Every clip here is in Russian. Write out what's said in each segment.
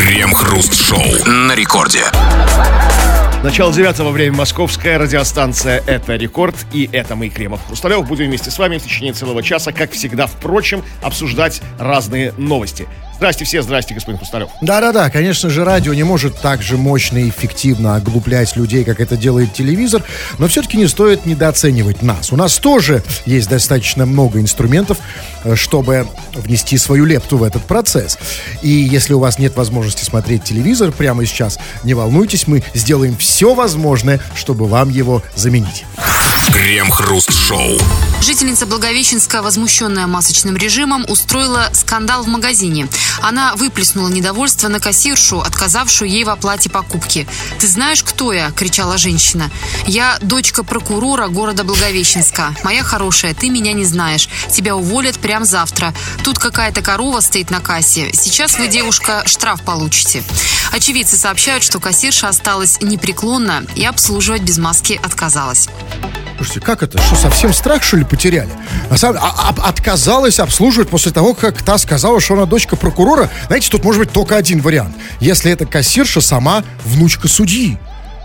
Крем-хруст-шоу на рекорде. Начало 9-го, время московская, радиостанция «Это Рекорд». И это мы, Кремов, Хрусталев. Будем вместе с вами в течение целого часа, как всегда, впрочем, обсуждать разные новости. Здрасте все, здрасте, господин Хрусталев. Да-да-да, конечно же, радио не может так же мощно и эффективно оглуплять людей, как это делает телевизор, но все-таки не стоит недооценивать нас. У нас тоже есть достаточно много инструментов, чтобы внести свою лепту в этот процесс. И если у вас нет возможности смотреть телевизор прямо сейчас, не волнуйтесь, мы сделаем все возможное, чтобы вам его заменить. Крем-хруст-шоу. Жительница Благовещенска, возмущенная масочным режимом, устроила скандал в магазине. Она выплеснула недовольство на кассиршу, отказавшую ей в оплате покупки. «Ты знаешь, кто я?» – кричала женщина. «Я дочка прокурора города Благовещенска. Моя хорошая, ты меня не знаешь. Тебя уволят прямо завтра. Тут какая-то корова стоит на кассе. Сейчас вы, девушка, штраф получите». Очевидцы сообщают, что кассирша осталась непреклонна и обслуживать без маски отказалась. Слушайте, как это? Что, совсем страх, что ли, потеряли? Отказалась обслуживать после того, как та сказала, что она дочка прокурора? Знаете, тут может быть только один вариант. Если эта кассирша сама внучка судьи.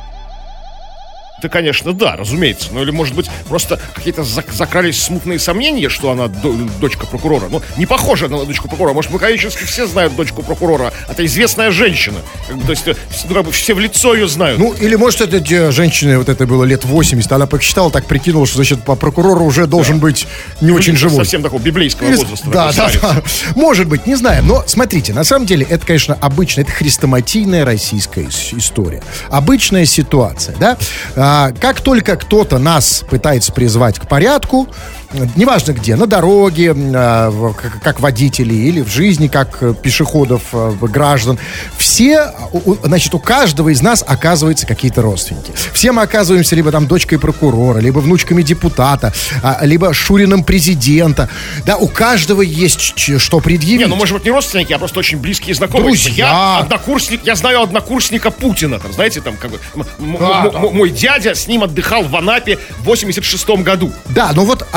Да, конечно, да, разумеется. Ну, или, может быть, просто какие-то закрались смутные сомнения, что она дочка прокурора. Ну, не похожа на дочку прокурора. Может, в Благовещенске все знают дочку прокурора. Это известная женщина. То есть, все в лицо ее знают. Ну, или, может, этой женщине, вот это было лет 80, она посчитала, так прикинула, что, значит, по прокурору уже должен быть не очень живой. Совсем такого библейского возраста. Да. Может быть, не знаю. Но, смотрите, на самом деле, это, конечно, обычно, это хрестоматийная российская история. Обычная ситуация, да? Как только кто-то нас пытается призвать к порядку, неважно где, на дороге, как водителей или в жизни, как пешеходов, граждан, значит, у каждого из нас оказываются какие-то родственники. Все мы оказываемся либо там дочкой прокурора, либо внучками депутата, либо шурином президента. Да, у каждого есть что предъявить. Ну, может быть, не родственники, а просто очень близкие знакомые. Друзья. Я знаю однокурсника Путина, там, знаете, там, как бы, мой дядя с ним отдыхал в Анапе в 86-м году. Да, ну вот,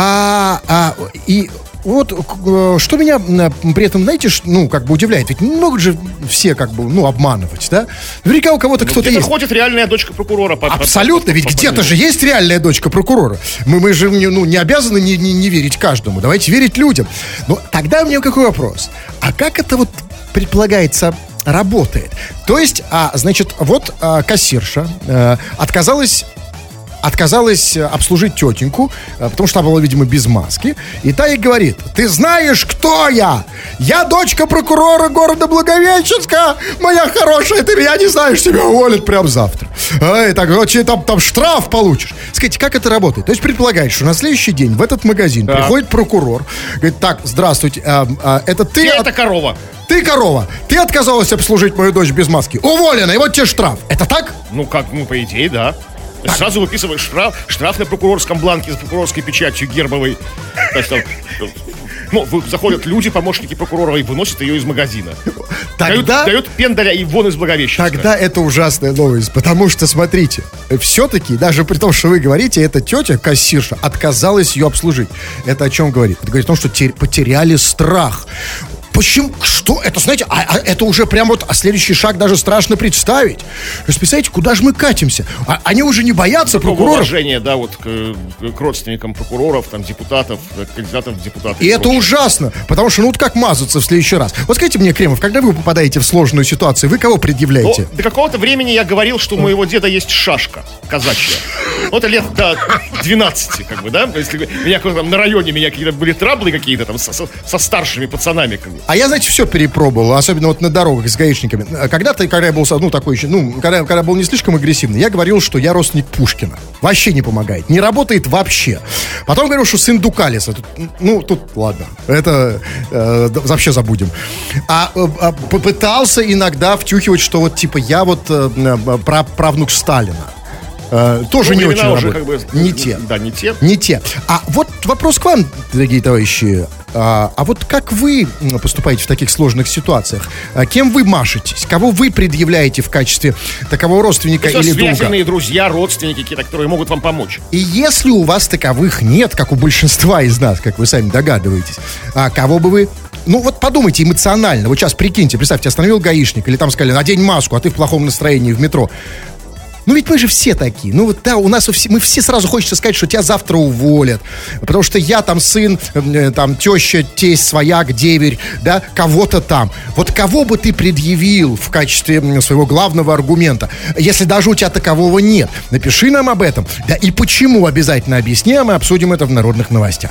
и вот, что меня при этом, знаете, как бы удивляет, ведь не могут же все, как бы, обманывать, да? Наверняка у кого-то кто-то есть. Ходит реальная дочка прокурора. Абсолютно, ведь где-то же есть реальная дочка прокурора. Мы же, не обязаны не верить каждому, давайте верить людям. Но тогда у меня какой вопрос? А как это вот предполагается работает? То есть, значит, вот кассирша отказалась обслужить тетеньку, потому что она была, видимо, без маски. И та ей говорит: ты знаешь, кто я? Я дочка прокурора города Благовещенска. Моя хорошая, ты меня не знаешь, тебя уволят прямо завтра. Там штраф получишь. Скажите, как это работает? То есть предполагается, что на следующий день в этот магазин приходит прокурор, говорит: так, здравствуйте, это ты... Это корова. Ты корова, ты отказалась обслужить мою дочь без маски. Уволена, и вот тебе штраф. Это так? По идее, да. Так. Сразу выписываешь штраф на прокурорском бланке с прокурорской печатью гербовой. Заходят люди, помощники прокурора, и выносят ее из магазина. Дают пендаля и вон из Благовещенска. Тогда это ужасная новость, потому что, смотрите, все-таки, даже при том, что вы говорите, эта тетя, кассирша, отказалась ее обслужить. Это о чем говорит? Это говорит о том, что потеряли страх. Почему? Что? Это, знаете, это уже прям вот следующий шаг даже страшно представить. То есть, представляете, куда же мы катимся? Они уже не боятся прокуроров. Уважение, да, вот к родственникам прокуроров, там, депутатов, кандидатов в депутаты. И это ужасно, потому что, как мазаться в следующий раз? Вот скажите мне, Кремов, когда вы попадаете в сложную ситуацию, вы кого предъявляете? До какого-то времени я говорил, что у моего деда есть шашка казачья. Вот лет до 12, как бы, да? Если на районе какие-то были траблы какие-то там со старшими пацанами, как бы. А я, знаете, все перепробовал, особенно вот на дорогах с гаишниками. Когда-то, когда я был, такой еще, когда был не слишком агрессивный, я говорил, что я родственник Пушкина. Вообще не помогает, не работает вообще. Потом говорил, что сын Дукалиса. Тут ладно, это вообще забудем. Попытался иногда втюхивать, что вот типа я вот правнук Сталина. Тоже не очень работает. Не те. Да, не те. Не те. А вот вопрос к вам, дорогие товарищи. А вот как вы поступаете в таких сложных ситуациях? Кем вы машетесь? Кого вы предъявляете в качестве такового родственника или друга? Связанные друзья, родственники какие-то, которые могут вам помочь. И если у вас таковых нет, как у большинства из нас, как вы сами догадываетесь, кого бы вы ну вот подумайте эмоционально. Вот сейчас прикиньте, представьте, остановил гаишник, или там сказали, надень маску, а ты в плохом настроении в метро. Ну ведь мы же все такие. Ну вот да, мы все сразу хочется сказать, что тебя завтра уволят. Потому что я там сын, там теща, тесть, свояк, деверь, да, кого-то там. Вот кого бы ты предъявил в качестве своего главного аргумента, если даже у тебя такового нет? Напиши нам об этом. Да, и почему обязательно объясни, а мы обсудим это в народных новостях.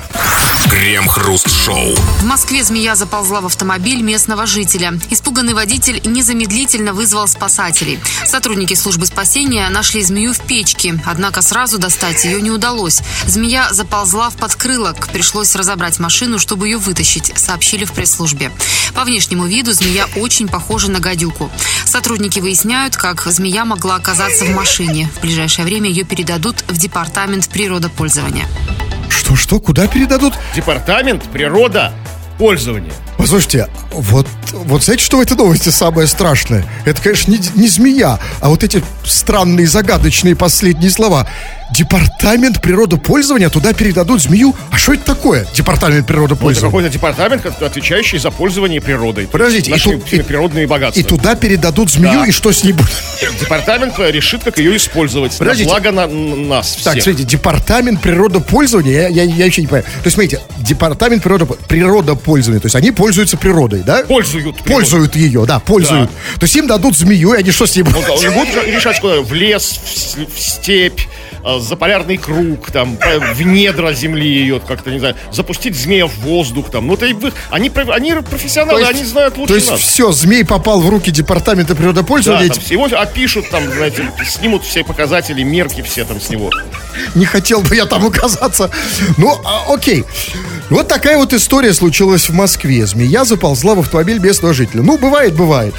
Крем-хруст-шоу. В Москве змея заползла в автомобиль местного жителя. Испуганный водитель незамедлительно вызвал спасателей. Сотрудники службы спасения нашли змею в печке, однако сразу достать ее не удалось. Змея заползла в подкрылок. Пришлось разобрать машину, чтобы ее вытащить, сообщили в пресс-службе. По внешнему виду змея очень похожа на гадюку. Сотрудники выясняют, как змея могла оказаться в машине. В ближайшее время ее передадут в департамент природопользования. Что? Куда передадут? Департамент природопользования. Послушайте, вот знаете, что в этой новости самое страшное? Это, конечно, не змея, а вот эти странные, загадочные последние слова. Департамент природопользования, туда передадут змею. А что это такое, департамент природопользования? Это какой-то департамент, отвечающий за пользование природой. Подождите, наши природные богатства. И туда передадут змею, да. И что с ней будет? Департамент решит, как ее использовать. Подождите. На благо нас всех. Так, смотрите, департамент природопользования, я еще не понимаю. То есть, смотрите, департамент природопользования, то есть они пользуются природой, да? Пользуют ее, да, пользуют. Да. То есть им дадут змею, и они что с ней будут? Они будут решать, куда? В лес, в степь, за полярный круг, там, в недра земли ее, как-то, не знаю, запустить змея в воздух, там. Ну, это они профессионалы, есть, они знают лучше нас. То есть все, змей попал в руки департамента природопользования. Да, там его опишут, там, знаете, снимут все показатели, мерки все там с него. Не хотел бы я там оказаться. Ну, окей. Вот такая вот история случилась в Москве. Змея заползла в автомобиль местного жителя. Ну, бывает.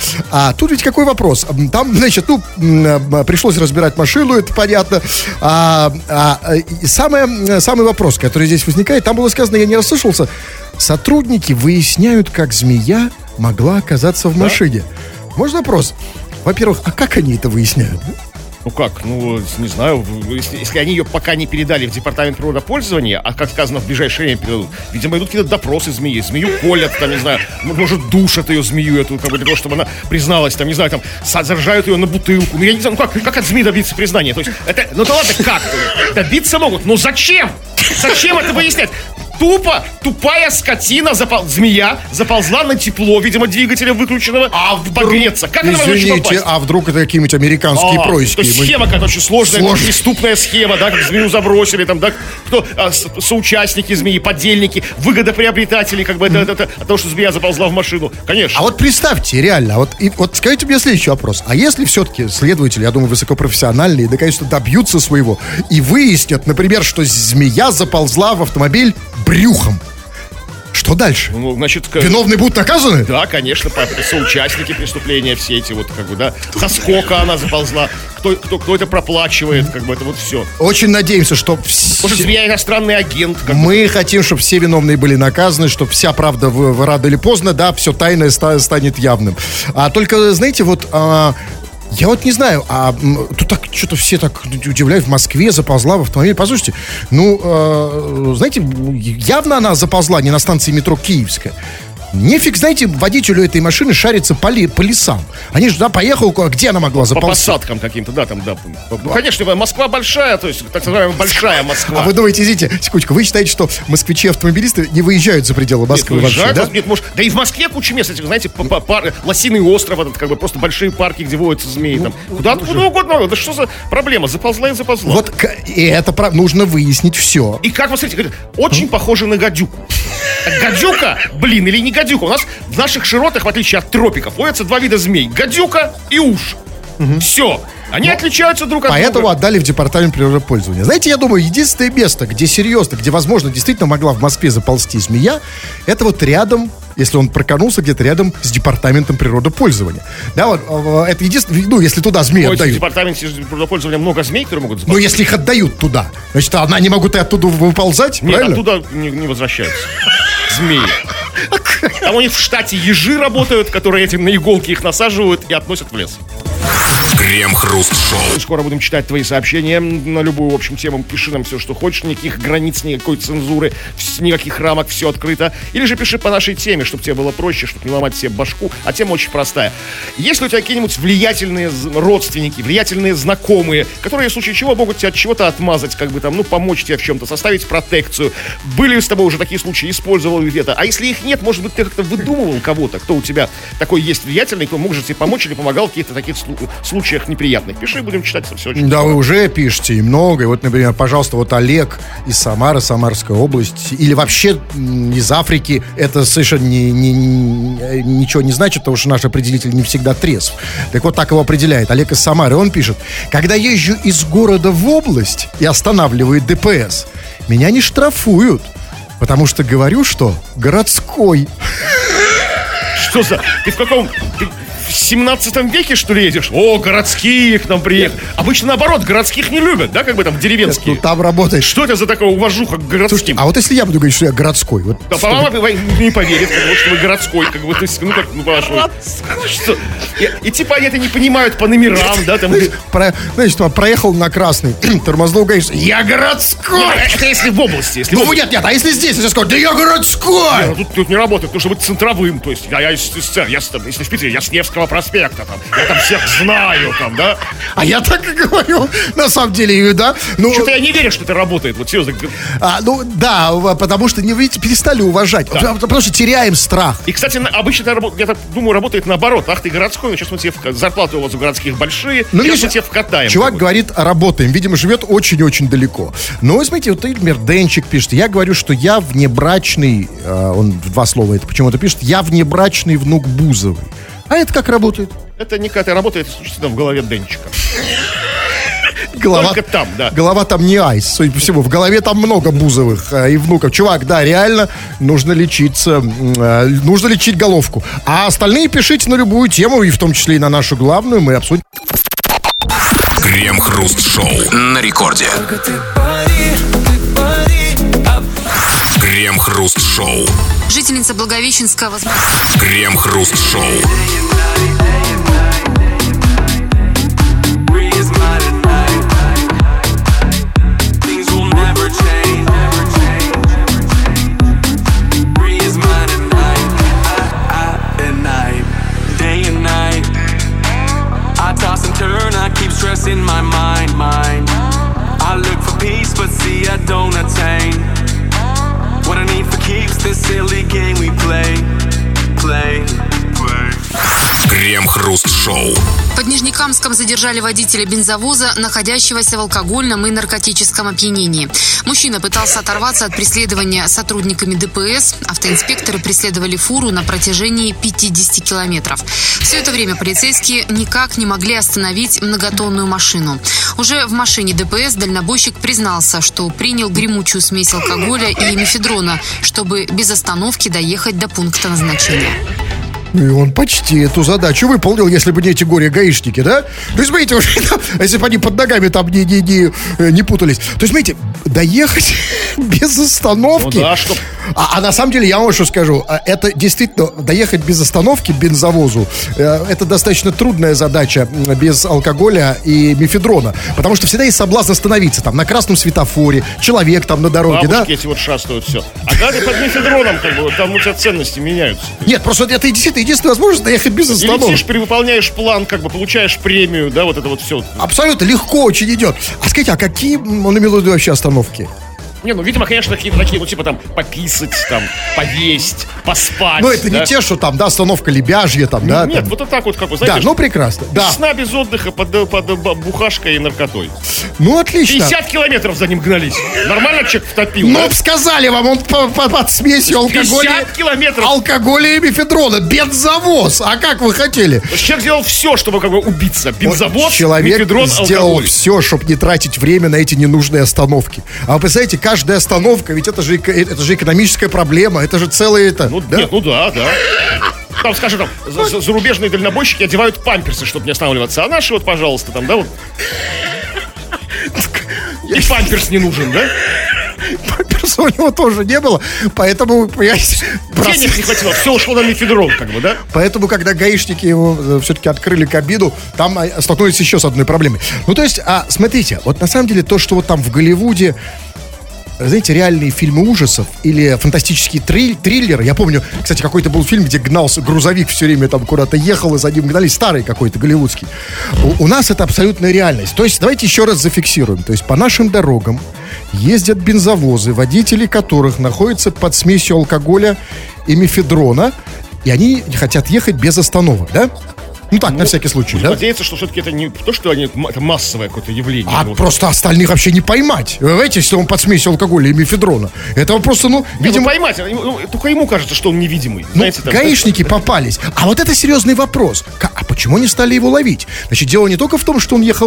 А тут ведь какой вопрос? Там, значит, пришлось разбирать машину, это понятно. Самый вопрос, который здесь возникает, там было сказано, я не расслышался, сотрудники выясняют, как змея могла оказаться в машине. Можно вопрос? Во-первых, а как они это выясняют? Ну как, не знаю, если они ее пока не передали в департамент природопользования, а как сказано, в ближайшее время передадут, видимо, идут какие-то допросы змеи, змею колят, там, не знаю, может, душат ее змею эту, как бы, для того, чтобы она призналась, там, не знаю, там, сажают ее на бутылку, ну, я не знаю, как от змеи добиться признания, то есть, это, ну, да ладно, как, добиться могут, но зачем? Зачем это выяснять? Тупая скотина, змея заползла на тепло, видимо, двигателя выключенного, погреться. Как она могла еще попасть? А вдруг это какие-нибудь американские происки? То есть схема какая-то очень сложная, преступная схема, да, как змею забросили, там, да, кто соучастники змеи, подельники, выгодоприобретатели, как бы, это от того, что змея заползла в машину. Конечно. А вот представьте, реально, вот скажите мне следующий вопрос. А если все-таки следователи, я думаю, высокопрофессиональные, наконец-то добьются своего и выяснят, например, что змея заползла в автомобиль брюхом. Что дальше? Ну, значит, виновные будут наказаны? Да, конечно, соучастники преступления все эти вот, как бы, да, со скока она заползла, кто это проплачивает, как бы, это вот все. Очень надеемся, что может, змея иностранный агент. Мы хотим, чтобы все виновные были наказаны, чтобы вся правда рано или поздно, да, все тайное станет явным. А только, знаете, вот... Я вот не знаю, тут так что-то все так удивляют, в Москве заползла в автомобиль. Послушайте, знаете, явно она заползла не на станции метро Киевская. Нефиг, знаете, водителю этой машины шарится по лесам. Они же, да, поехал, где она могла заползти? По посадкам каким-то, да, там, да. Ну, конечно, Москва большая, то есть, так называемая, большая Москва. А вы думаете, извините, секундочку, вы считаете, что москвичи-автомобилисты не выезжают за пределы Москвы вообще, да? Нет, может, да и в Москве куча мест, этих, знаете, Лосиный остров, это как бы просто большие парки, где водятся змеи, там. Куда угодно, да что за проблема, заползла и заползла. Вот, и это нужно выяснить все. И как вы смотрите, очень похоже на гадюку. Гадюка, блин, или не гадюка? У нас в наших широтах, в отличие от тропиков, водятся два вида змей. Гадюка и уж. Все. Они отличаются друг от друга. Поэтому отдали в департамент природопользования. Знаете, я думаю, единственное место, где серьезно, где, возможно, действительно могла в Москве заползти змея, это вот рядом, если он проканулся, где-то рядом с департаментом природопользования. Да, вот, это единственное, если туда змеи отдают. В департаменте природопользования много змей, которые могут заползти. Но если их отдают туда, значит, они могут и оттуда выползать, нет, правильно? оттуда не возвращаются. Змеи. Там у них в штате ежи работают, которые этим на иголки их насаживают и относят в лес. Крем-хруст-шоу. Скоро будем читать твои сообщения на любую, в общем, тему. Пиши нам все, что хочешь. Никаких границ, никакой цензуры, никаких рамок, все открыто. Или же пиши по нашей теме, чтобы тебе было проще, чтобы не ломать себе башку. А тема очень простая. Есть ли у тебя какие-нибудь влиятельные родственники, влиятельные знакомые, которые в случае чего могут тебя от чего-то отмазать, как бы там, ну, помочь тебе в чем-то, составить протекцию? Были ли с тобой уже такие случаи, использовал ли где-то? А если их нет, может быть, ты как-то выдумывал кого-то, кто у тебя такой есть влиятельный, кто может тебе помочь или помогал в каких-то таких случаях неприятных? Пиши, будем читать это все очень Да, скоро. вы уже пишете, и много. И вот, например, пожалуйста, вот Олег из Самары, Самарская область, или вообще из Африки, это совершенно ничего не значит, потому что наш определитель не всегда трезв. Так вот, так его определяет Олег из Самары. Он пишет: когда езжу из города в область и останавливает ДПС, меня не штрафуют, потому что говорю, что городской. Что за... Ты в каком... Ты в 17 веке, что ли, едешь? О, городские к нам приехали. Обычно, наоборот, городских не любят, да, как бы там деревенские. Ну, там работаешь. Что это за такая уважуха к городским? Слушайте, а вот если я буду говорить, что я городской? Вот, Да, мама не поверит, как бы, что вы городской, как бы, то есть, ну, как, ну, по-вашему. Что? И типа они это не понимают по номерам, да, там. Значит, проехал на красный, тормознул, говоришь, я городской! Это если в области, если в Ну, области. нет, а если здесь, я скажу, да я городской! Ну, тут не работает, потому что быть центровым, то есть я если в Питере, я с Невского проспекта, там, я там всех знаю, там, да. А я так и говорю, на самом деле, да. Ну, Что-то я не верю, что это работает, вот серьезно. ну, да, потому что, видите, перестали уважать, потому что теряем страх. И, кстати, обычно это, я так думаю, работает наоборот. Ах, ты городской, ну сейчас мы тебе зарплаты у вас у городских большие, Ну, сейчас видишь, мы тебе вкатаем. чувак говорит, работаем, видимо, живет очень-очень далеко. Но, вы смотрите, вот, например, Денчик пишет, я говорю, что я внебрачный, он в два слова это почему-то пишет, я внебрачный внук Бузовой. А это как работает? Это не как это работает, исключительно в голове Денчика. Голова, Только там, да. Голова там не айс, судя по всему. В голове там много Бузовых и внуков. Чувак, да, реально нужно лечиться, нужно лечить головку. А остальные пишите на любую тему, и в том числе и на нашу главную, мы обсудим. Крем-хруст-шоу на рекорде. Крем-хруст-шоу. Жительница Благовещенска Крем-хруст-шоу. In my mind, I look for peace, but see I don't attain. What I need for keeps this silly game we play. Крем-хруст-шоу. Под Нижнекамском задержали водителя бензовоза, находящегося в алкогольном и наркотическом опьянении. Мужчина пытался оторваться от преследования сотрудниками ДПС. Автоинспекторы преследовали фуру на протяжении 50 километров. Все это время полицейские никак не могли остановить многотонную машину. Уже в машине ДПС дальнобойщик признался, что принял гремучую смесь алкоголя и мефедрона, чтобы без остановки доехать до пункта назначения. И он почти эту задачу выполнил, если бы не эти горе-гаишники, да? То есть, смотрите, уже, если бы они под ногами там не путались. То есть, смотрите, доехать без остановки. Ну да, что... А на самом деле, я вам что скажу, это действительно, доехать без остановки бензовозу, это достаточно трудная задача без алкоголя и мефедрона. Потому что всегда есть соблазн остановиться там на красном светофоре, человек там на дороге, Бабушки да? эти вот шастают, все. А когда ты под мефедроном, как бы, там у тебя ценности меняются. Нет, просто это действительно единственная возможность доехать без И остановки. летишь, перевыполняешь план, как бы получаешь премию, да, вот это вот все. Абсолютно легко очень идет. А скажите, а какие он имел в виду вообще остановки? Не, ну, видимо, конечно, какие-то такие, ну, типа там, пописать, там, повесть, поспать. Ну, это да? не те, что там, да, остановка Лебяжья, там, да? Нет, там. вот так вот, как вы Да, знаете. ну, прекрасно, да. Без сна, без отдыха, под бухашкой и наркотой. Ну, отлично. 50 километров за ним гнались. Нормально человек втопил, Ну, да? б сказали вам, он под смесью алкоголя, 50 километров. алкоголя и мефедрона. Бензовоз. А как вы хотели? Человек сделал все, чтобы как бы убиться. Бензовоз, Человек мефедрон, сделал алкоголь. все, чтобы не тратить время на эти ненужные остановки. А вы представляете, каждая остановка, ведь это же экономическая проблема, это же целое это. Ну, да? нет, ну да. Там, скажем, там, зарубежные дальнобойщики одевают памперсы, чтобы не останавливаться. А наши вот, пожалуйста, там, да, вот. И памперс не нужен, да? Памперс ресурсов у него тоже не было, поэтому, понимаете, Денег не хватило, все ушло на мефедрон, как бы, да? Поэтому, когда гаишники его все-таки открыли кабину, там столкнулись еще с одной проблемой. Ну, то есть, смотрите, вот на самом деле то, что вот там в Голливуде, знаете, реальные фильмы ужасов или фантастические триллеры. Я помню, кстати, какой-то был фильм, где гнался грузовик все время там куда-то ехал, и за ним гнались, старый какой-то, голливудский. У нас это абсолютная реальность. То есть, давайте еще раз зафиксируем. То есть, по нашим дорогам ездят бензовозы, водители которых находятся под смесью алкоголя и мефедрона, и они хотят ехать без остановок, да? Ну так, на всякий случай, да? Надеяться, что все-таки это не то, что это массовое какое-то явление. А просто остальных вообще не поймать. Вы знаете, если он под смесью алкоголя и мефедрона. Это просто, видимо... поймать, только ему кажется, что он невидимый. Знаете, гаишники попались. А вот это серьезный вопрос. А почему не стали его ловить? Значит, дело не только в том, что он ехал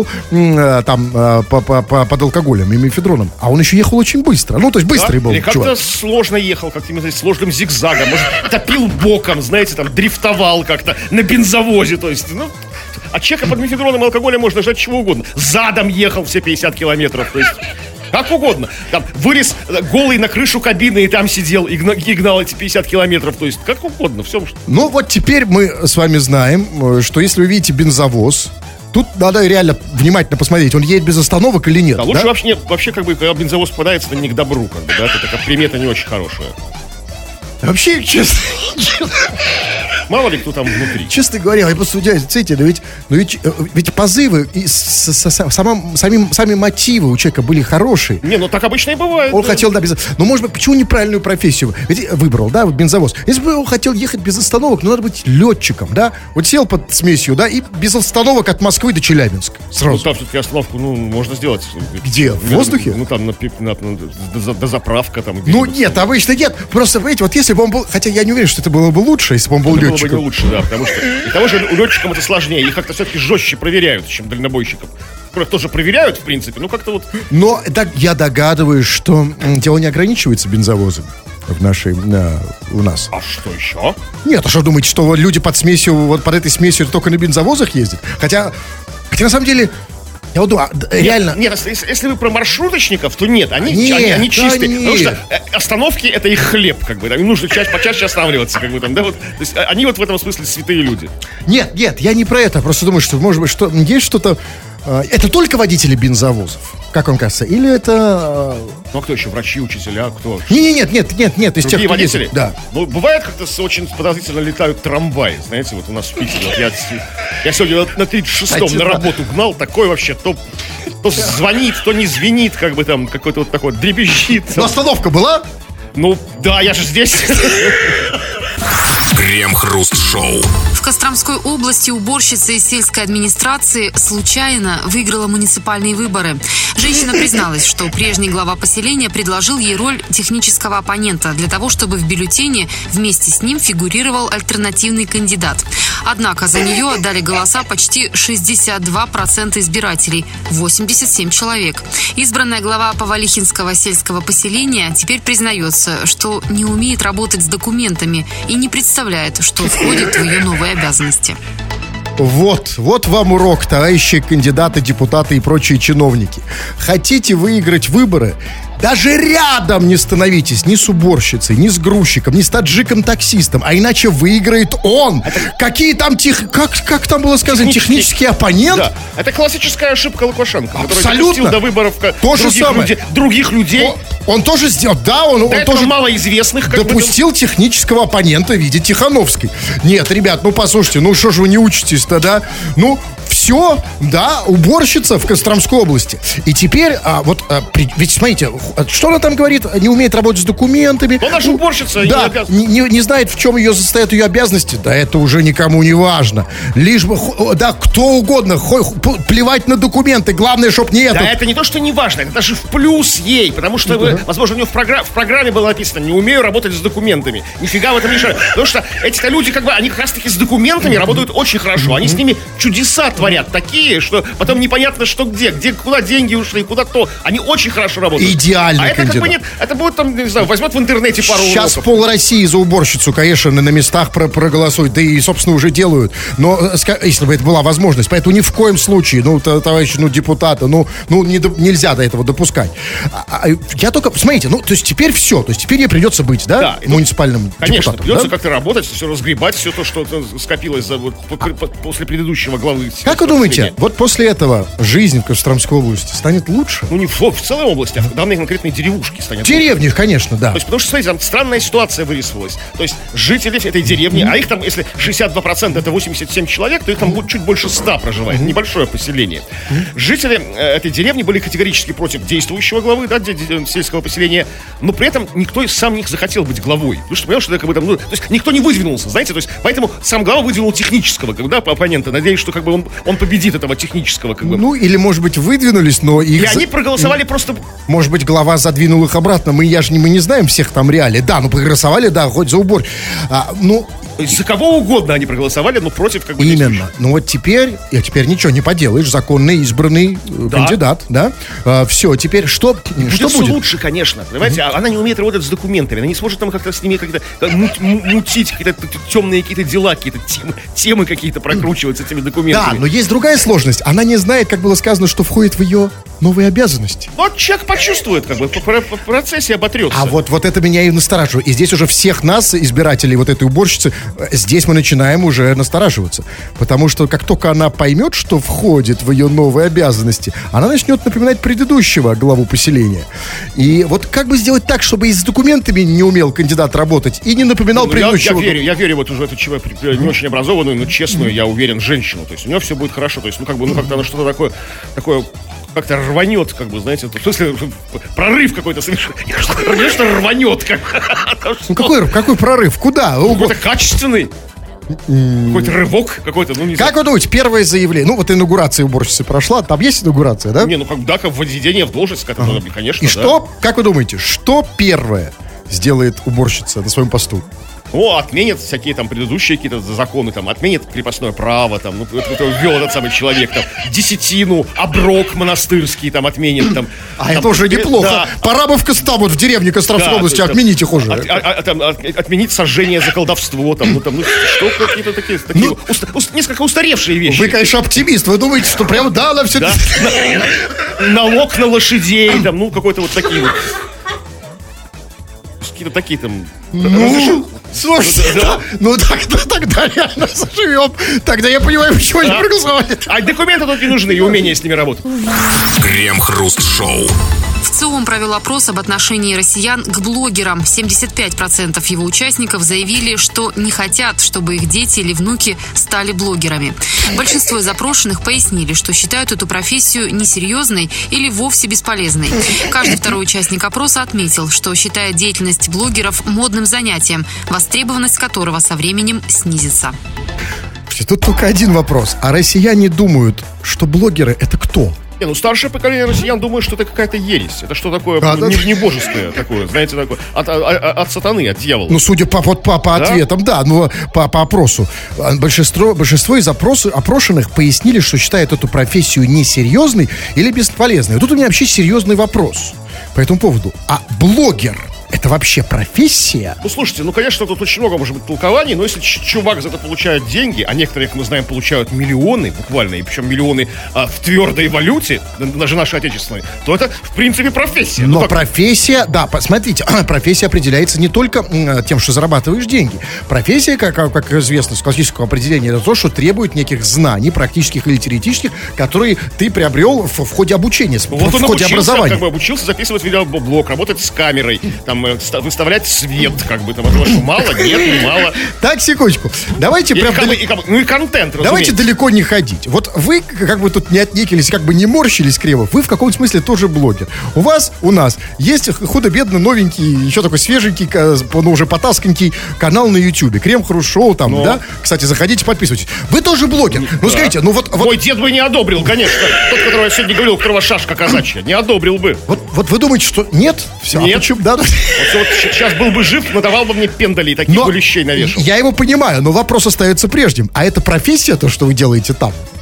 под алкоголем и мефедроном, а он еще ехал очень быстро. Ну, то есть быстрый был или как-то чувак. сложно ехал, как-то сложным зигзагом. Может, топил боком, знаете, там, дрифтовал как-то на бензовозе, то есть, от человека под мефедроном и алкоголем можно ждать чего угодно. Задом ехал все 50 километров, то есть, как угодно. Там, вылез голый на крышу кабины и там сидел, и гнал эти 50 километров, то есть, как угодно, все. Ну, вот теперь мы с вами знаем, что если вы видите бензовоз, тут надо реально внимательно посмотреть, он едет без остановок или нет. Да, лучше вообще, как бы, когда бензовоз попадается, это не к добру, как бы, да, это такая примета не очень хорошая. Вообще, честно... Мало ли кто там внутри. Честно говоря, я просто удивляюсь, смотрите, ведь позывы и сами мотивы у человека были хорошие. Не, ну так обычно и бывает. Он хотел, да, но может быть, почему неправильную профессию ведь выбрал, да, вот бензовоз. Если бы он хотел ехать без остановок, надо быть летчиком, да. Вот сел под смесью, да, и без остановок от Москвы до Челябинска. Сразу. Ну там все-таки остановку, можно сделать. Где? В воздухе? Ну там до заправка там. Ну нет, обычно нет. Просто, понимаете, вот если бы он был, хотя я не уверен, что это было бы лучше, если бы он был летчиком. Было бы не лучше, да, потому что и того же летчикам это сложнее, их как-то все-таки жестче проверяют, чем дальнобойщиков. Которых тоже проверяют, в принципе, как-то вот. Но я догадываюсь, что дело не ограничивается бензовозами у нас. А что еще? Нет, а что думаете, что люди под смесью, вот под этой смесью только на бензовозах ездят? Хотя на самом деле, я вот думаю, реально... Нет, если вы про маршруточников, то нет, они чистые. Потому что остановки — это их хлеб, как бы. Им нужно почаще останавливаться, как бы там, да, вот. То есть они вот в этом смысле святые люди. Нет, я не про это. Просто думаю, что, может быть, есть что-то... Это только водители бензовозов, как вам кажется? Или это... Ну, а кто еще? Врачи, учителя, кто? Нет, из тех, кто водители? ездит. Да. Ну, бывает как-то очень подозрительно летают трамваи, знаете, вот у нас в Питере. Вот я сегодня на 36-м на работу гнал, такой вообще, то звонит, то не звенит, как бы там, какой-то вот такой дребезжит. Но остановка была? Ну, да, я же здесь. Крем-хруст-шоу. В Костромской области уборщица из сельской администрации случайно выиграла муниципальные выборы. Женщина призналась, что прежний глава поселения предложил ей роль технического оппонента для того, чтобы в бюллетене вместе с ним фигурировал альтернативный кандидат. Однако за нее отдали голоса почти 62% избирателей, 87 человек. Избранная глава Повалихинского сельского поселения теперь признается, что не умеет работать с документами и не представляет, что входит в ее новые обязанности. Вот вам урок, товарищи кандидаты, депутаты и прочие чиновники. Хотите выиграть выборы? Даже рядом не становитесь ни с уборщицей, ни с грузчиком, ни с таджиком-таксистом, а иначе выиграет он. Какие там как там было сказано, технический оппонент? Да, это классическая ошибка Лукашенко, абсолютно. Который допустил до выборов других людей. Он тоже сделал, да, он тоже малоизвестных. Допустил технического оппонента в виде Тихановской. Нет, ребят, послушайте, что же вы не учитесь-то, да? Все, да, уборщица в Костромской области. И теперь, ведь смотрите, что она там говорит? Не умеет работать с документами. Она же уборщица. Да, не знает, в чем состоят ее обязанности. Да, это уже никому не важно. Лишь бы, да, кто угодно, плевать на документы. Главное, чтоб не это. Да, это не то, что не важно, это даже в плюс ей. Потому что, возможно, у нее в программе было написано: не умею работать с документами. Нифига в этом не шарю. Потому что эти-то люди, они как раз таки с документами работают очень хорошо. Они с ними чудеса творят. царят такие, что потом непонятно, что куда деньги ушли, куда то. Они очень хорошо работают. Идеальный это кандидат. Как бы нет, это будет там, не знаю, возьмет в интернете пару Сейчас уроков. пол России за уборщицу, конечно, на местах проголосуют, да и, собственно, уже делают. Но, если бы это была возможность, поэтому ни в коем случае, товарищи, депутаты, нельзя до этого допускать. Я только, смотрите, то есть теперь все, то есть теперь ей придется быть, да, муниципальным конечно, депутатом. придется да? как-то работать, все разгребать, все то, что скопилось после предыдущего главы. Как вы думаете, вот после этого жизнь в Костромской области станет лучше? Не в целой области, а в данной конкретной деревушке станет лучше. Деревни, конечно, да. То есть, потому что, смотрите, там странная ситуация вырисовалась. То есть, жители этой деревни, а их там, если 62% это 87 человек, то их там чуть больше 100 проживает. Небольшое поселение. Жители этой деревни были категорически против действующего главы, да, сельского поселения, но при этом никто из сам не захотел быть главой. Потому что, понимаешь, что это как бы там, то есть, никто не выдвинулся, знаете, то есть, поэтому сам глава выдвинул технического, когда оппонента, надеясь, что как бы он победит этого технического, как бы. Или, может быть, выдвинулись, но их... И они проголосовали просто... Может быть, глава задвинул их обратно. Мы не знаем всех там реалий. Да, проголосовали, да, хоть за убор. За кого угодно они проголосовали, но против как бы... Именно. Теперь ничего не поделаешь. Законный, избранный кандидат, да? Все, теперь что будет? Все лучше, конечно. Понимаете, она не умеет работать с документами. Она не сможет там как-то с ними как-то мутить какие-то темные какие-то дела, какие-то темы какие-то прокручивать с этими документами. Да, но есть другая сложность. Она не знает, как было сказано, что входит в ее новые обязанности. Человек почувствует, как бы, по процессе оботрется. А вот это меня и настораживает. И здесь уже всех нас, избирателей вот этой уборщицы, здесь мы начинаем уже настораживаться. Потому что как только она поймет, что входит в ее новые обязанности, она начнет напоминать предыдущего главу поселения. И вот как бы сделать так, чтобы и с документами не умел кандидат работать, и не напоминал предыдущего... Я верю вот уже эту человека не очень образованную, но честную, я уверен, женщину. То есть у нее все будет хорошо. То есть, как-то она что-то такое как-то рванет, как бы, знаете, в смысле, прорыв какой-то совершенно, конечно, рванет. Какой прорыв? Куда? Какой-то качественный. Какой-то рывок какой-то, не знаю. Как вы думаете, первое заявление? Инаугурация уборщицы прошла, там есть инаугурация, да? Как введение в должность, конечно, И что, как вы думаете, что первое сделает уборщица на своем посту? Отменят всякие там предыдущие какие-то законы, там, отменят крепостное право, там, это ввел этот самый человек, там, десятину, оброк монастырский, там, отменят, там. Это уже неплохо. Да. Пора бы в деревне Костромской области отменить их уже. Отменить сожжение за колдовство, там, что какие-то такие несколько устаревшие вещи. Вы, конечно, оптимист, вы думаете, что прям, на все... Налог на лошадей, там, какой-то вот такие вот. Какие-то такие там... Слушайте, тогда реально заживем. Тогда я понимаю, почему они проголосовали. А документы тут не нужны, и умение с ними работать. Крем-хруст-шоу. ВЦИОМ провел опрос об отношении россиян к блогерам. 75% его участников заявили, что не хотят, чтобы их дети или внуки стали блогерами. Большинство из опрошенных пояснили, что считают эту профессию несерьезной или вовсе бесполезной. Каждый второй участник опроса отметил, что считает деятельность блогеров модным занятием, востребованность которого со временем снизится. Тут только один вопрос. А россияне думают, что блогеры — это кто? Старшее поколение россиян думает, что это какая-то ересь. Это что такое небожеское такое, знаете, такое от сатаны, от дьявола. Судя по ответам, да, по опросу. Большинство из опрошенных пояснили, что считают эту профессию несерьезной или бесполезной. Тут у меня вообще серьезный вопрос по этому поводу. А блогер — это вообще профессия? Слушайте, конечно, тут очень много может быть толкований, но если чувак за это получает деньги, а некоторые, как мы знаем, получают миллионы, буквально, и причем миллионы в твердой валюте, даже нашей отечественной, то это, в принципе, профессия. Но профессия, да, смотрите, профессия определяется не только тем, что зарабатываешь деньги. Профессия, как известно с классического определения, это то, что требует неких знаний, практических или теоретических, которые ты приобрел в ходе обучения, в ходе образования. Как бы обучился записывать видеоблог, работать с камерой, там, выставлять свет, как бы, там, этого что, мало? Нет, не мало. Так, секундочку. Давайте и контент, разумеется. Давайте далеко не ходить. Вот вы, как бы тут не отнекились, как бы не морщились криво, вы в каком-то смысле тоже блогер. У нас есть худо-бедно новенький, еще такой свеженький, уже потасканький канал на Ютубе. Крем-хруст-шоу там, да? Кстати, заходите, подписывайтесь. Вы тоже блогер. Скажите, Мой дед бы не одобрил, конечно. Тот, которого я сегодня говорил, у которого шашка казачья. Не одобрил бы. Вот вы думаете, что нет? Все, нет. Сейчас был бы жив, надавал бы мне пендалей, таких бы лещей навешал. Я его понимаю, но вопрос остается прежним. А это профессия, то, что вы делаете там?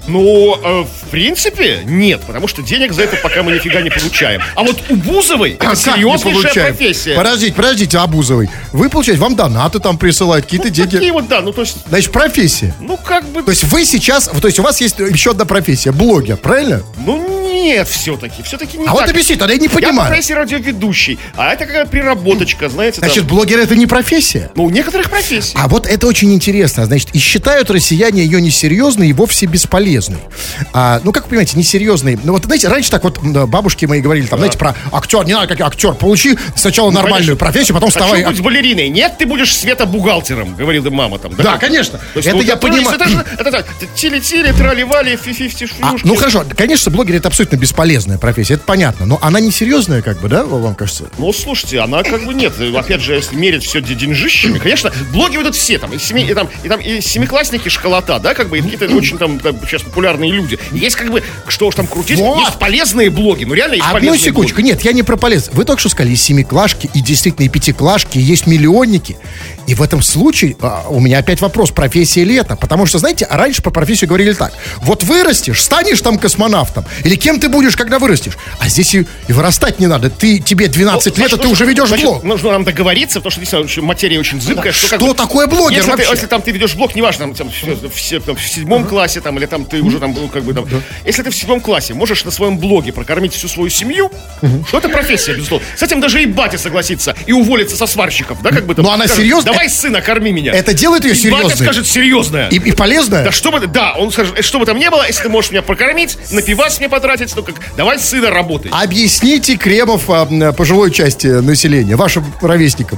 Ну, в принципе, нет, потому что денег за это пока мы нифига не получаем. А вот у Бузовой это серьезнейшая профессия. Подождите, Абузовой. Вы, получаете, вам донаты там присылают, какие-то деньги. Такие вот, да, ну то есть... Значит, профессия. Ну, как бы... То есть вы сейчас, то есть у вас есть еще одна профессия, блогер, правильно? Ну, нет, все-таки не А так. вот объясни, тогда я не Я понимаю. профессия радиоведущий, а это какая приработочка, знаете. Значит, там... блогер это не профессия? Ну, у некоторых профессий. А вот это очень интересно. Значит, и считают россияне ее несерьезной и вовсе бесполезной. Ну, как вы понимаете, несерьезной. Ну, вот, знаете, раньше так вот бабушки мои говорили, там, знаете, про актер, не надо как актер, получи сначала нормальную профессию, потом вставай. Хочу быть балериной. Нет, ты будешь бухгалтером, говорила мама там. Да, конечно. есть, это я понимаю. Это так, тили-тили, трали-вали, фи-фи-фи-фи-фи. Ну, хорошо, конечно, блогер это абсолютно бесполезная профессия, это понятно. Но она несерьезная, как бы, да, вам кажется? Ну, слушайте, она как бы нет. Опять же, если мерить все деньжищами, конечно, блоги ведут все там, и семиклассники школота, да, как бы, и какие-то очень там сейчас популярные люди. И есть как бы, что уж там крутить, Вот. есть полезные блоги, ну реально есть полезные Одну секундочку, блоги. нет, я не про полезно. Вы только что сказали, и семиклашки, и действительно и пятиклашки, и есть миллионники. И в этом случае у меня опять вопрос, профессия ли это? Потому что, знаете, раньше про профессию говорили так. Вот вырастешь, станешь там космонавтом, или кем ты будешь, когда вырастешь. А здесь и вырастать не надо. Тебе 12 лет, а ты уже ведешь блог. Нужно нам договориться, потому что здесь материя очень зыбкая. Что такое блогер если вообще? если там ты ведешь блог, неважно, там, в 7 классе, там, или там ты уже там, ну, как бы там. Если ты в 7 классе можешь на своем блоге прокормить всю свою семью, что это профессия, безусловно. С этим даже и батя согласится и уволится со сварщиков, да, как бы там. Но она скажет, серьезная? Давай, сына, корми меня. Это делает ее И серьезной? батя скажет серьезная. И полезная? Да, он скажет, что бы там ни было, если ты можешь меня прокормить, на пивас мне потратить, ну как, давай, сына, работай. Объясните Кремов пожилой части населения, вашим ровесникам.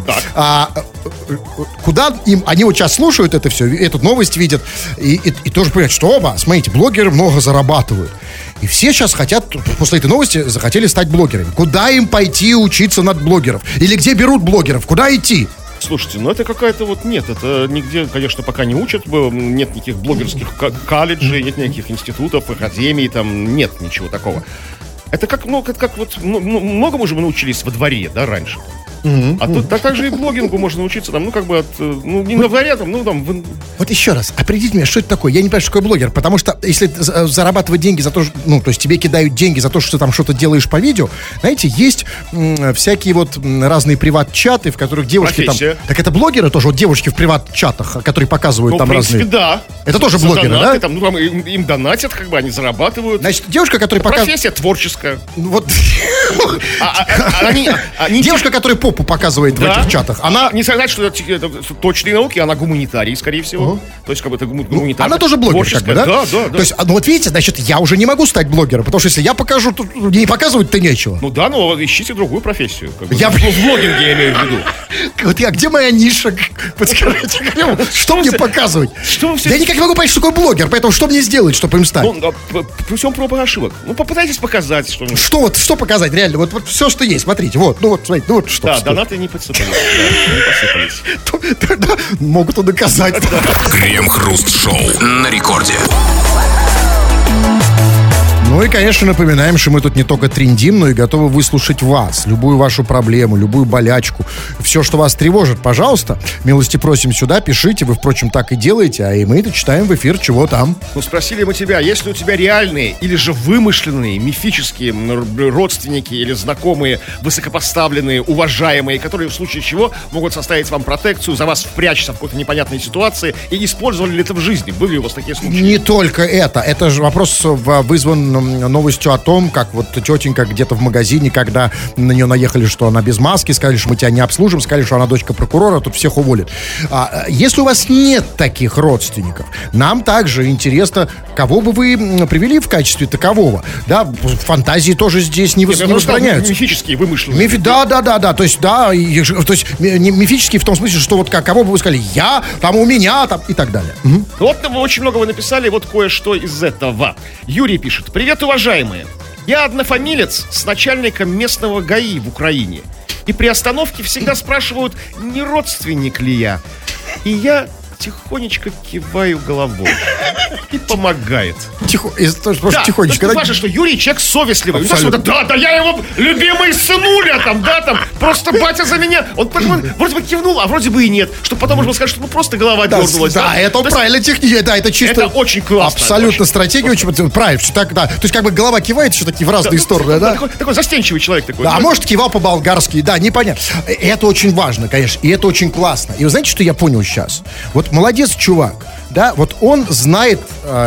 Куда им, они вот сейчас слушают это все, эту новость видят, и тоже понимают, что смотрите, блогеры много зарабатывают. И все сейчас хотят, после этой новости, захотели стать блогерами. Куда им пойти учиться над блогеров? Или где берут блогеров? Куда идти? Слушайте, ну это какая-то вот нет, это нигде, конечно, пока не учат, нет никаких блогерских колледжей, нет никаких институтов, академий, там нет ничего такого. Это как, многому же мы научились во дворе, да, раньше. А тут так же и блогингу можно научиться, там, не на дворе, там, Вот еще раз, определите мне, что это такое? Я не понимаю, что такое блогер, потому что если зарабатывать деньги за то, что, то есть тебе кидают деньги за то, что ты там что-то делаешь по видео, знаете, есть всякие вот разные приват-чаты, в которых девушки профессия. там... Так это блогеры тоже, вот девушки в приват-чатах, которые показывают там в принципе, разные... да. Это тоже За блогеры, донаты, да? там, им донатят, как бы, они зарабатывают. Значит, девушка, которая показывает... Профессия творческая. Вот... Они Девушка, которая попу показывает в этих чатах, она... Не сказать, что это точные науки, она гуманитарий, скорее всего. То есть, как бы, это гуманитарий. Она тоже блогер, как бы, да? Да. То есть, вот видите, значит, я уже не могу стать блогером, потому что если я покажу, то не показывать-то нечего. Ну да, но ищите другую профессию. Как бы, Я- в блогинге я имею в виду. Вот где моя ниша? Подскажите, что мне показывать? Что вы все- Я никак не могу понять, что такое блогер, поэтому что мне сделать, чтобы им стать? При всем пробах и ошибок. Попытайтесь показать что-нибудь. Что показать, реально? Вот все, что есть, смотрите, смотрите, вот что. Да, что. донаты не подсыпались. Не посыпались. Да, могут и доказать. Крем-хруст-шоу на рекорде. Ну и, конечно, напоминаем, что мы тут не только трендим, но и готовы выслушать вас. Любую вашу проблему, любую болячку. Все, что вас тревожит, пожалуйста, милости просим сюда, пишите. Вы, впрочем, так и делаете, а и мы это читаем в эфир, чего там. Ну, спросили мы тебя, есть ли у тебя реальные или же вымышленные, мифические родственники или знакомые, высокопоставленные, уважаемые, которые в случае чего могут составить вам протекцию, за вас впрячься в какой-то непонятной ситуации, и использовали ли это в жизни? Были ли у вас такие случаи? Не только это. Это же вопрос вызван новостью о том, как вот тетенька где-то в магазине, когда на нее наехали, что она без маски, сказали, что мы тебя не обслужим, сказали, что она дочка прокурора, тут всех уволят. Если у вас нет таких родственников, нам также интересно, кого бы вы привели в качестве такового. Да, фантазии тоже здесь не возбраняются. Мифические, вымышленные. Да. То есть, то есть мифические в том смысле, что вот кого бы вы сказали, я, там у меня, там и так далее. Вот очень много вы написали, вот кое-что из этого. Юрий пишет: привет, уважаемые. Я однофамилец с начальником местного ГАИ в Украине. И при остановке всегда спрашивают, не родственник ли я. И я тихонечко киваю головой. И помогает. Тихонечко. Важно, что Юрий человек совестливый. Да, я его любимый сынуля, просто батя за меня. Он вроде бы кивнул, а вроде бы и нет. Чтобы потом можно сказать, что просто голова дернулась. Да, это правильно технично, да, это чисто. Это очень классно. Абсолютно стратегия, очень правильно. Да. То есть как бы голова кивает еще такие в разные стороны, да? Такой застенчивый человек такой. Да, а может кивал по-болгарски, да, непонятно. Это очень важно, конечно, и это очень классно. И вы знаете, что я понял сейчас? Вот молодец чувак. Да, вот он знает,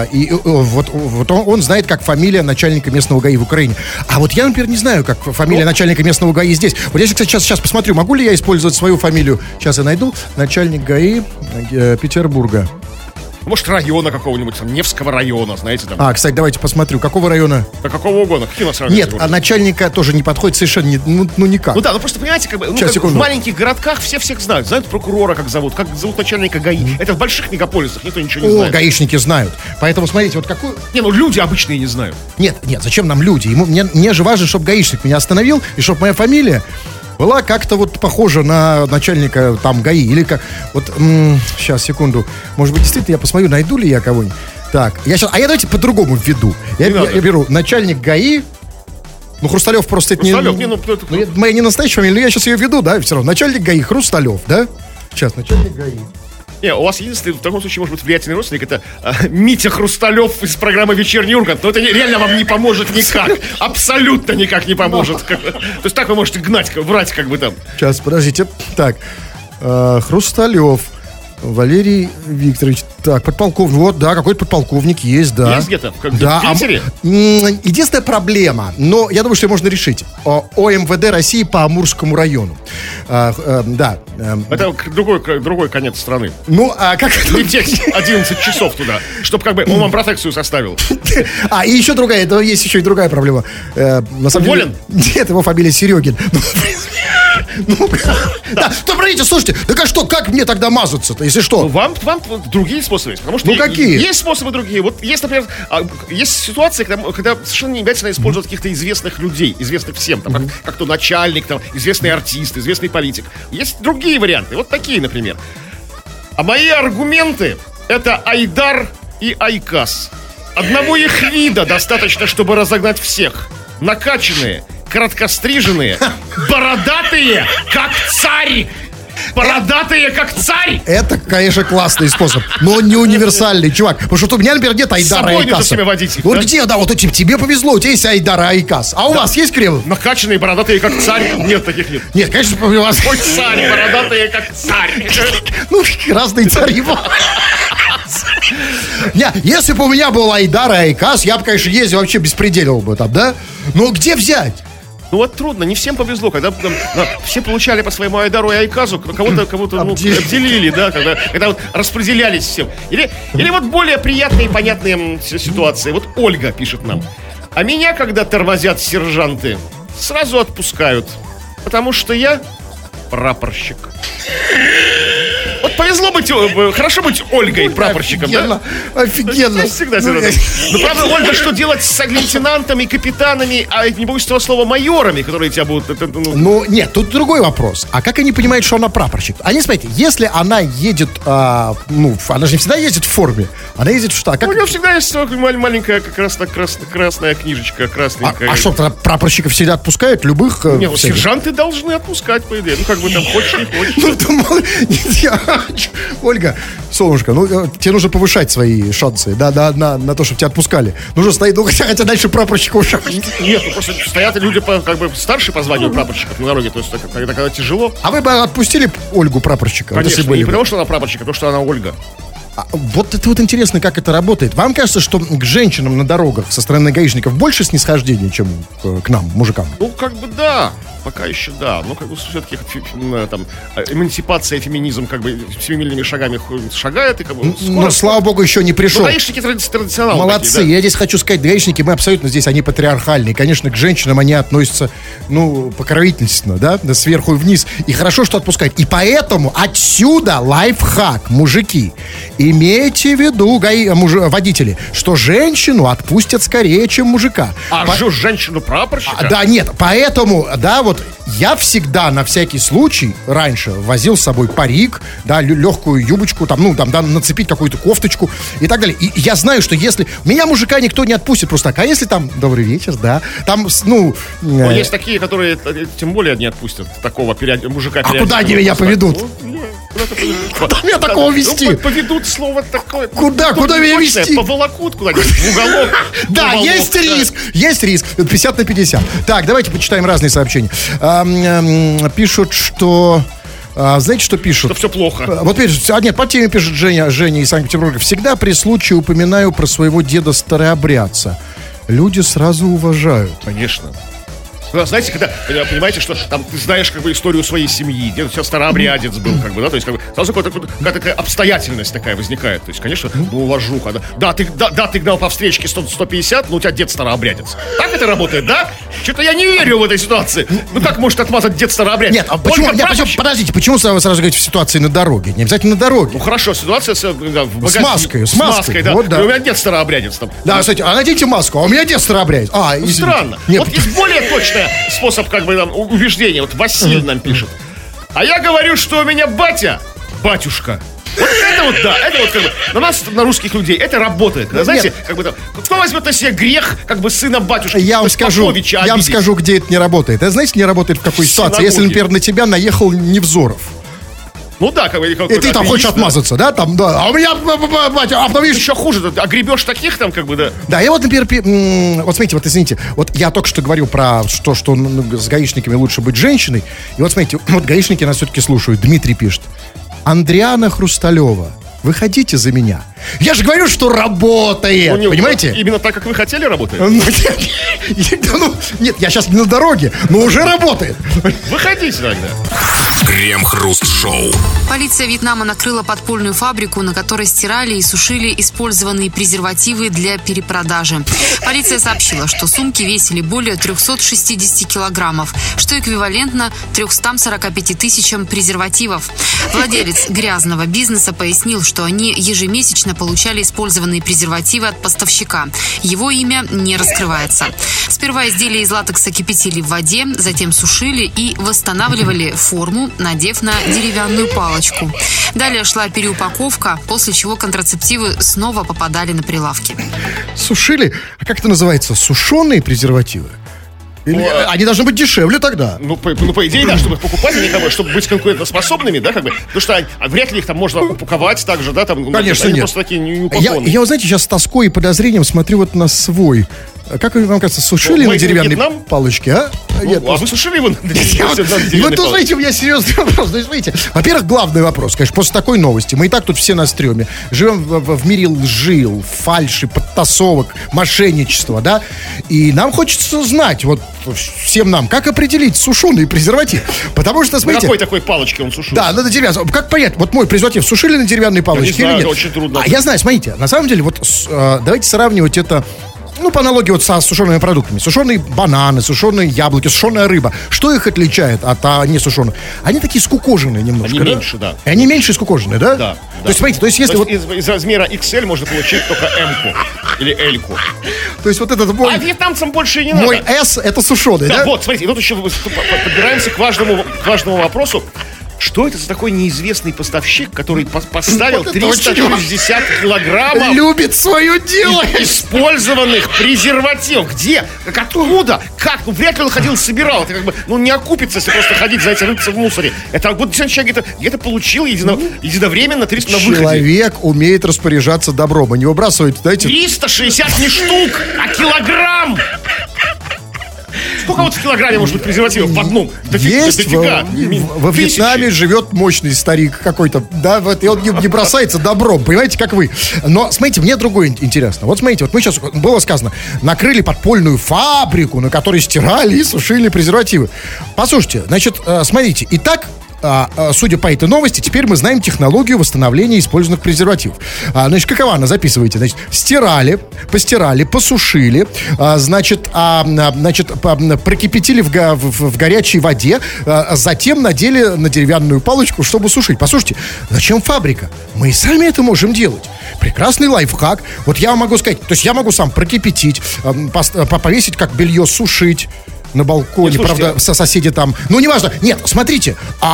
он знает, как фамилия начальника местного ГАИ в Украине. А вот я, например, не знаю, как фамилия начальника местного ГАИ здесь. Вот я, кстати, сейчас посмотрю, могу ли я использовать свою фамилию. Сейчас я найду. Начальник ГАИ Петербурга. Может, района какого-нибудь, Невского района, знаете, там. Кстати, давайте посмотрю, какого района? Да какого угодно, какие у нас районы? Нет, начальника тоже не подходит совершенно, никак. Ну да, просто понимаете, в маленьких городках все всех знают. Знают прокурора, как зовут начальника ГАИ. Это в больших мегаполисах никто ничего не знает. Гаишники знают. Поэтому смотрите, вот какую... люди обычные не знают. Нет, зачем нам люди? Мне же важно, чтобы гаишник меня остановил, и чтобы моя фамилия была как-то вот похожа на начальника там ГАИ. Или как... Вот, сейчас, секунду. Может быть, действительно, я посмотрю, найду ли я кого-нибудь. Так, я давайте по-другому введу. Я беру начальник ГАИ. Хрусталев просто это моя не настоящая фамилия, но я сейчас ее введу, да, все равно. Начальник ГАИ Хрусталев, да? Сейчас, начальник ГАИ. Не, у вас единственный, в таком случае, может быть, влиятельный родственник, это Митя Хрусталев из программы «Вечерний Ургант». Но это реально вам не поможет никак. Абсолютно никак не поможет. То есть так вы можете врать как бы там. Сейчас, подождите. Так, Хрусталев Валерий Викторович. Так, подполковник. Вот, да, какой-то подполковник есть, да. Есть где-то? В Питере? Единственная проблема, но я думаю, что ее можно решить. ОМВД России по Амурскому району. Да. Это другой конец страны. А как это? Лететь 11 часов туда, чтобы как бы он вам протекцию составил. И еще есть еще и другая проблема. Уволен? Нет, его фамилия Серегин. Да, смотрите, слушайте, так а что, как мне тогда мазаться-то, если что? Вам другие способы есть, потому что какие? Есть способы другие. Вот есть, например, есть ситуации, когда совершенно не обязательно использовать каких-то известных людей, известных всем, там, как то начальник, там, известный артист, известный политик. Есть другие варианты, вот такие, например. А мои аргументы — это Айдар и Айкас. Одного их вида достаточно, чтобы разогнать всех. Накачанные, короткостриженные, бородатые, как царь! Бородатые, как царь! Это, конечно, классный способ, но он не универсальный, чувак. Потому что у меня, например, нет Айдара и Айкаса. С собой водить их, вот да? Где, да, вот тебе повезло, у тебя есть Айдар и Айкас. А у вас есть Кремов? Накачанные, бородатые, как царь. Нет, таких нет. Нет, конечно, у вас... Хоть царь, бородатые, как царь. Разные цари. Если бы у меня был Айдар и Айкас, я бы, конечно, ездил, вообще беспределил бы там, да? Но где взять? Вот трудно, не всем повезло, когда все получали по своему Айдару и Айказу, кого-то обделили, да, когда вот распределялись всем. Или вот более приятные и понятные ситуации. Вот Ольга пишет нам. А меня, когда тормозят сержанты, сразу отпускают, потому что я прапорщик. Вот повезло быть, хорошо быть Ольгой, прапорщиком, офигенно, да? Офигенно. Всегда. Но правда, Ольга, что делать с лейтенантами, капитанами, а не боюсь этого слова, майорами, которые тебя будут... Нет, тут другой вопрос. А как они понимают, что она прапорщик? Они, смотрите, если она едет, она же не всегда ездит в форме, она ездит в что? У нее всегда есть маленькая красная книжечка, красненькая. А что, прапорщиков всегда отпускают? Любых? Нет, сержанты должны отпускать, по идее. Как бы там, хочешь, не хочешь. Ольга, солнышко, тебе нужно повышать свои шансы, да, на то, чтобы тебя отпускали. Нужно стоять, хотя дальше прапорщика уже. Нет, просто стоят люди как бы старше по званию прапорщиков на дороге, то есть когда тяжело. А вы бы отпустили Ольгу прапорщика? Конечно, не потому что она прапорщик, а потому что она Ольга. Вот это вот интересно, как это работает. Вам кажется, что к женщинам на дорогах со стороны гаишников больше снисхождения, чем к нам, мужикам? Как бы да. Пока еще да, но как бы все-таки там эмансипация, феминизм как бы семимильными шагами шагает и как бы скоро. Но слава богу еще не пришел. Гаишники традиционалы. Молодцы, такие, да? Я здесь хочу сказать, гаишники, мы абсолютно здесь, они патриархальные. Конечно, к женщинам они относятся, покровительственно, да, сверху и вниз. И хорошо, что отпускают. И поэтому отсюда лайфхак, мужики. Имейте в виду, водители, что женщину отпустят скорее, чем мужика. Женщину прапорщика? Да, нет, поэтому, да, вот вот я всегда на всякий случай раньше возил с собой парик, да, легкую юбочку, да, нацепить какую-то кофточку и так далее. И я знаю, что если... Меня мужика никто не отпустит просто так. А если там добрый вечер, да, там, есть такие, которые тем более не отпустят такого мужика. А куда они меня поведут? Куда меня такого вести? Поведут слово такое. Куда меня вести? Поволокут куда-нибудь в уголок. Да, есть риск. 50/50. Так, давайте почитаем разные сообщения. Пишут, что... знаете, что пишут? Что все плохо. Вот пишут, нет, по теме пишет Женя из Санкт-Петербурга. Всегда при случае упоминаю про своего деда-старообрядца. Люди сразу уважают. Конечно. Знаете, когда, понимаете, что там ты знаешь как бы историю своей семьи, где у тебя старообрядец был, как бы, да, то есть как бы сразу какая-то такая обстоятельность такая возникает. То есть, конечно, уважуха, да. Да, ты гнал по встречке 100-150, но у тебя дед старообрядец. Так это работает, да? Что-то я не верю в этой ситуации. Ну как может отмазать дед старообрядец? Нет, подождите, почему вы сразу говорите в ситуации на дороге? Не обязательно на дороге. Ну хорошо, ситуация с маской. С маской, да. Вот, да. У меня дед старообрядец там. Да, кстати, наденьте маску, а у меня дед старообрядец. Странно. Нет. Вот есть более точно способ как бы там убеждения. Вот Василий нам пишет. А я говорю, что у меня батюшка. Вот это вот, да, это вот как бы на нас, на русских людей, это работает. Да, знаете, как бы там, кто возьмет на себя грех, как бы сына батюшки? Я вам скажу, где это не работает. Это знаете, не работает в какой ситуации? Если, например, на тебя наехал Невзоров. Ну да, как бы. И ты там хочешь отмазаться, да? Там, да. А у меня батя, потом видишь, еще хуже, а гребешь таких там, как бы, да. Да, я вот, например, вот смотрите, вот извините, вот я только что говорил про что с гаишниками лучше быть женщиной. И вот смотрите, вот гаишники нас все-таки слушают. Дмитрий пишет. Андриана Хрусталева, выходите за меня. Я же говорю, что работает, понимаете? Именно так, как вы хотели, работает? Нет, я сейчас не на дороге, но уже работает. Выходите тогда. Крем-хруст-шоу. Полиция Вьетнама накрыла подпольную фабрику, на которой стирали и сушили использованные презервативы для перепродажи. Полиция сообщила, что сумки весили более 360 килограммов, что эквивалентно 345 тысячам презервативов. Владелец грязного бизнеса пояснил, что они ежемесячно получали использованные презервативы от поставщика. Его имя не раскрывается. Сперва изделия из латекса кипятили в воде, затем сушили и восстанавливали форму, надев на деревянную палочку. Далее шла переупаковка, после чего контрацептивы снова попадали на прилавки. Сушили? А как это называется? Сушеные презервативы? Или они должны быть дешевле тогда. Ну, по идее, да, чтобы их покупать, чтобы быть конкурентоспособными, да, как бы. Потому что вряд ли их там можно упаковать так же, да, там. Конечно, они нет. Просто такие не упакованные. Я, знаете, сейчас с тоской и подозрением смотрю вот на свой. Как вам кажется, сушили на деревянной палочке, а? Нет, вы сушили его на деревянной палочке? Вот тут, знаете, у меня серьезный вопрос. Знаете, во-первых, главный вопрос, конечно, после такой новости. Мы и так тут все на стреме. Живем в мире лжи, фальши, подтасовок, мошенничества, да? И нам хочется знать, вот всем нам, как определить сушеный презерватив. Потому что, смотрите... На какой такой палочке он сушился? Да, на деревянной. Как понять, вот мой презерватив сушили на деревянной палочке или нет? Это очень трудно. Я знаю, смотрите, на самом деле, вот давайте сравнивать это... Ну, по аналогии вот со сушеными продуктами. Сушеные бананы, сушеные яблоки, сушеная рыба. Что их отличает от несушеных? Они такие скукоженные немножко. Они меньше, да. И они меньше скукоженные, да? Да. То есть, смотрите, если вот... Из размера XL можно получить только M-ку или L-ку. То есть вот этот мой... А вьетнамцам больше и не надо. Мой S это сушеный, да? Вот, смотрите, вот еще подбираемся к важному вопросу. Что это за такой неизвестный поставщик, который поставил 360 килограммов... Любит свое дело! Использованных презервативов. Где? Откуда? Как? Ну, вряд ли он ходил, собирал. Это как бы, не окупится, если просто ходить, знаете, рыться в мусоре. Это вот человек где-то получил единовременно 300 на выходе. Человек умеет распоряжаться добром. Не выбрасывает, знаете... 360 не штук, а килограмм! Сколько вот в килограмме может быть презервативов в одном? Есть во Вьетнаме живет мощный старик какой-то, да, и он не бросается добром, понимаете, как вы. Но, смотрите, мне другое интересно. Вот смотрите, вот мы сейчас, было сказано, накрыли подпольную фабрику, на которой стирали и сушили презервативы. Послушайте, значит, смотрите, и так... судя по этой новости, теперь мы знаем технологию восстановления использованных презервативов. Значит, какова она? Записывайте. Значит, постирали, посушили, прокипятили в горячей воде, затем надели на деревянную палочку, чтобы сушить. Послушайте, зачем фабрика? Мы и сами это можем делать. Прекрасный лайфхак. Вот я могу сказать, то есть я могу сам прокипятить, повесить как белье, сушить. на балконе, Нет, слушайте, правда, соседи там, ну, неважно. Нет, смотрите,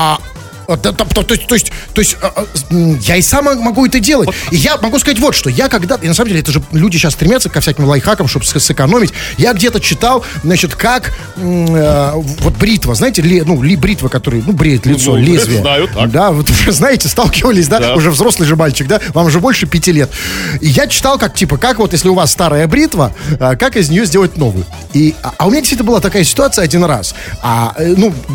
то есть, я и сам могу это делать. И я могу сказать вот что. Я когда-то, и на самом деле, это же люди сейчас стремятся ко всяким лайфхакам, чтобы сэкономить. Я где-то читал, значит, как вот бритва, знаете, бритва, которая, бреет лицо, лезвие. Знаю, так. Да, вот вы знаете, сталкивались, да? Уже взрослый же мальчик, да? Вам же больше 5 лет. И я читал, как вот, если у вас старая бритва, как из нее сделать новую. А у меня действительно была такая ситуация один раз. Я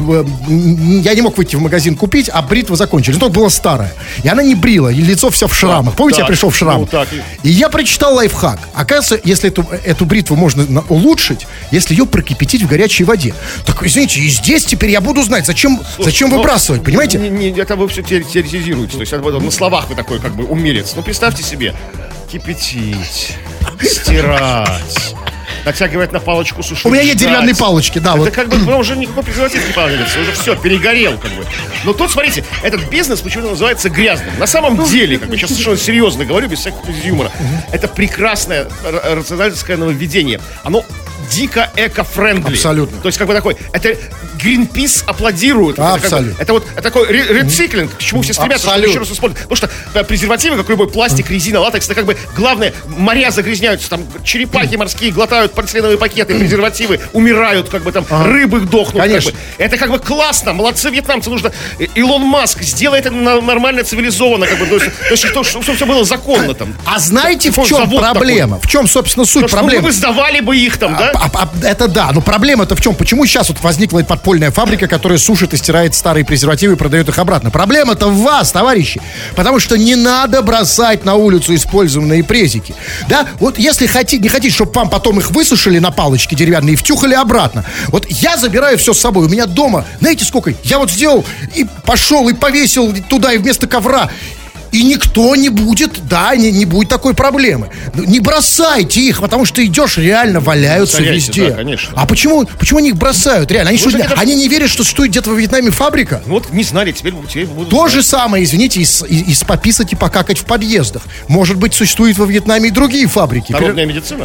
не мог выйти в магазин купить, а бритва закончилась. Но только была старая. И она не брила, и лицо все в шрамах. Помните, я пришел в шрам? И я прочитал лайфхак. Оказывается, если эту бритву можно улучшить, если ее прокипятить в горячей воде. Так, извините, и здесь теперь я буду знать, зачем выбрасывать, понимаете? Это вы все теоретизируете. То есть на словах вы такой как бы умелец. Ну, представьте себе, кипятить, стирать, натягивать на палочку сушить. У меня есть деревянные палочки, да. Это как бы вам уже никакой презерватив не понадобится. Уже все, перегорел как бы. Но тут, смотрите, этот бизнес почему-то называется грязным. На самом деле, как бы сейчас совершенно серьезно говорю, без всякого юмора, это прекрасное рациональное нововведение. Оно дико эко-френдли. Абсолютно. То есть как бы такой, это Greenpeace аплодирует. Абсолютно. Это такой рециклинг, к чему все стремятся, чтобы еще раз использовать. Потому что презервативы, как любой пластик, резина, латекс, это как бы главное, моря загрязняются, там черепахи морские глотают полиэтиленовые пакеты, презервативы, умирают, как бы там рыбы дохнут. Конечно. Как бы. Это как бы классно, молодцы вьетнамцы, нужно. Илон Маск, сделай это нормально, цивилизованно, как бы, то есть чтобы все было законно там. А знаете, в чем проблема? Такой. В чем, собственно, суть проблемы? Вы сдавали бы их там, да? Это да, но проблема-то в чем? Почему сейчас вот возникла подпольная фабрика, которая сушит и стирает старые презервативы и продает их обратно? Проблема-то в вас, товарищи. Потому что не надо бросать на улицу использованные презики. Да? Вот если не хотите, чтобы вам потом их высушили на палочке деревянные и втюхали обратно. Вот я забираю все с собой. У меня дома, знаете сколько? Я вот сделал и пошел, и повесил туда, и вместо ковра. И никто не будет, не будет такой проблемы. Не бросайте их, потому что идешь, реально валяются везде. Да, конечно. А почему они их бросают? Реально, они не верят, что существует где-то во Вьетнаме фабрика? Вот не знали, теперь будут То же самое, извините, и пописать и покакать в подъездах. Может быть, существуют во Вьетнаме и другие фабрики. Народная медицина?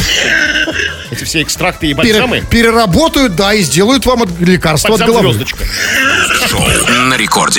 Эти все экстракты и бальзамы? Переработают, да, и сделают вам лекарство от головы. Звездочка. Шоу на рекорде.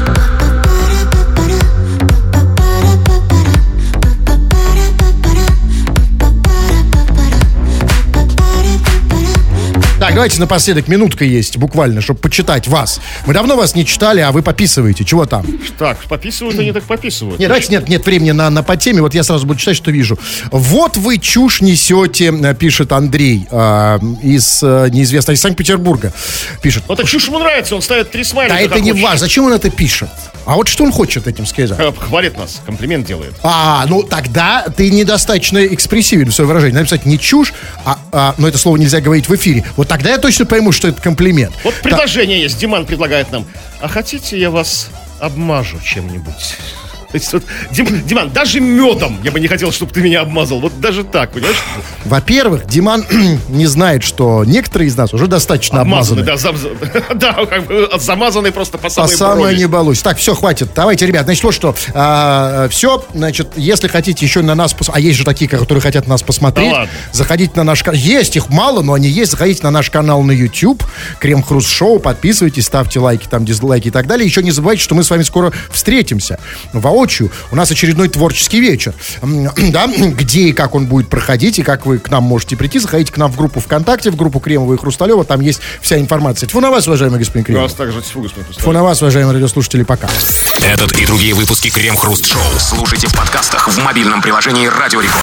Так, давайте напоследок, минутка есть, буквально, чтобы почитать вас. Мы давно вас не читали, а вы пописываете. Чего там? Так, пописывают, они так пописывают. Нет, давайте, нет времени на подтеме. Вот я сразу буду читать, что вижу. Вот вы чушь несете, пишет Андрей из неизвестного, из Санкт-Петербурга. Пишет. Вот это чушь ему нравится, он ставит 3 смайлика. Да это не важно. Зачем он это пишет? А вот что он хочет этим сказать? Хвалит нас, комплимент делает. Ну тогда ты недостаточно экспрессивен в своем выражении. Надо писать не чушь, но это слово нельзя говорить в эфире. Вот тогда я точно пойму, что это комплимент. Вот предложение есть, Диман предлагает нам. А хотите, я вас обмажу чем-нибудь? То есть, вот, Диман, даже медом я бы не хотел, чтобы ты меня обмазал. Вот даже так, понимаешь? Во-первых, Диман не знает, что некоторые из нас уже достаточно обмазаны. Да, как бы замазаны просто по самой брови. Не балуйся. Так, все, хватит. Давайте, ребят, значит, вот что. Все, значит, если хотите еще на нас посмотреть, а есть же такие, которые хотят нас посмотреть, да, заходите на наш канал. Есть их мало, но они есть. Заходите на наш канал на YouTube, Крем-Хруст Шоу, подписывайтесь, ставьте лайки, там, дизлайки и так далее. Еще не забывайте, что мы с вами скоро встретимся воочию. У нас очередной творческий вечер, да, где и как он будет проходить, и как вы к нам можете прийти. Заходите к нам в группу ВКонтакте, в группу Кремова и Хрусталева, там есть вся информация. Тьфу на вас, уважаемый господин Кремов. Тьфу на вас, уважаемые радиослушатели, пока. Этот и другие выпуски Крем-Хруст Шоу слушайте в подкастах в мобильном приложении Радио Рекорд.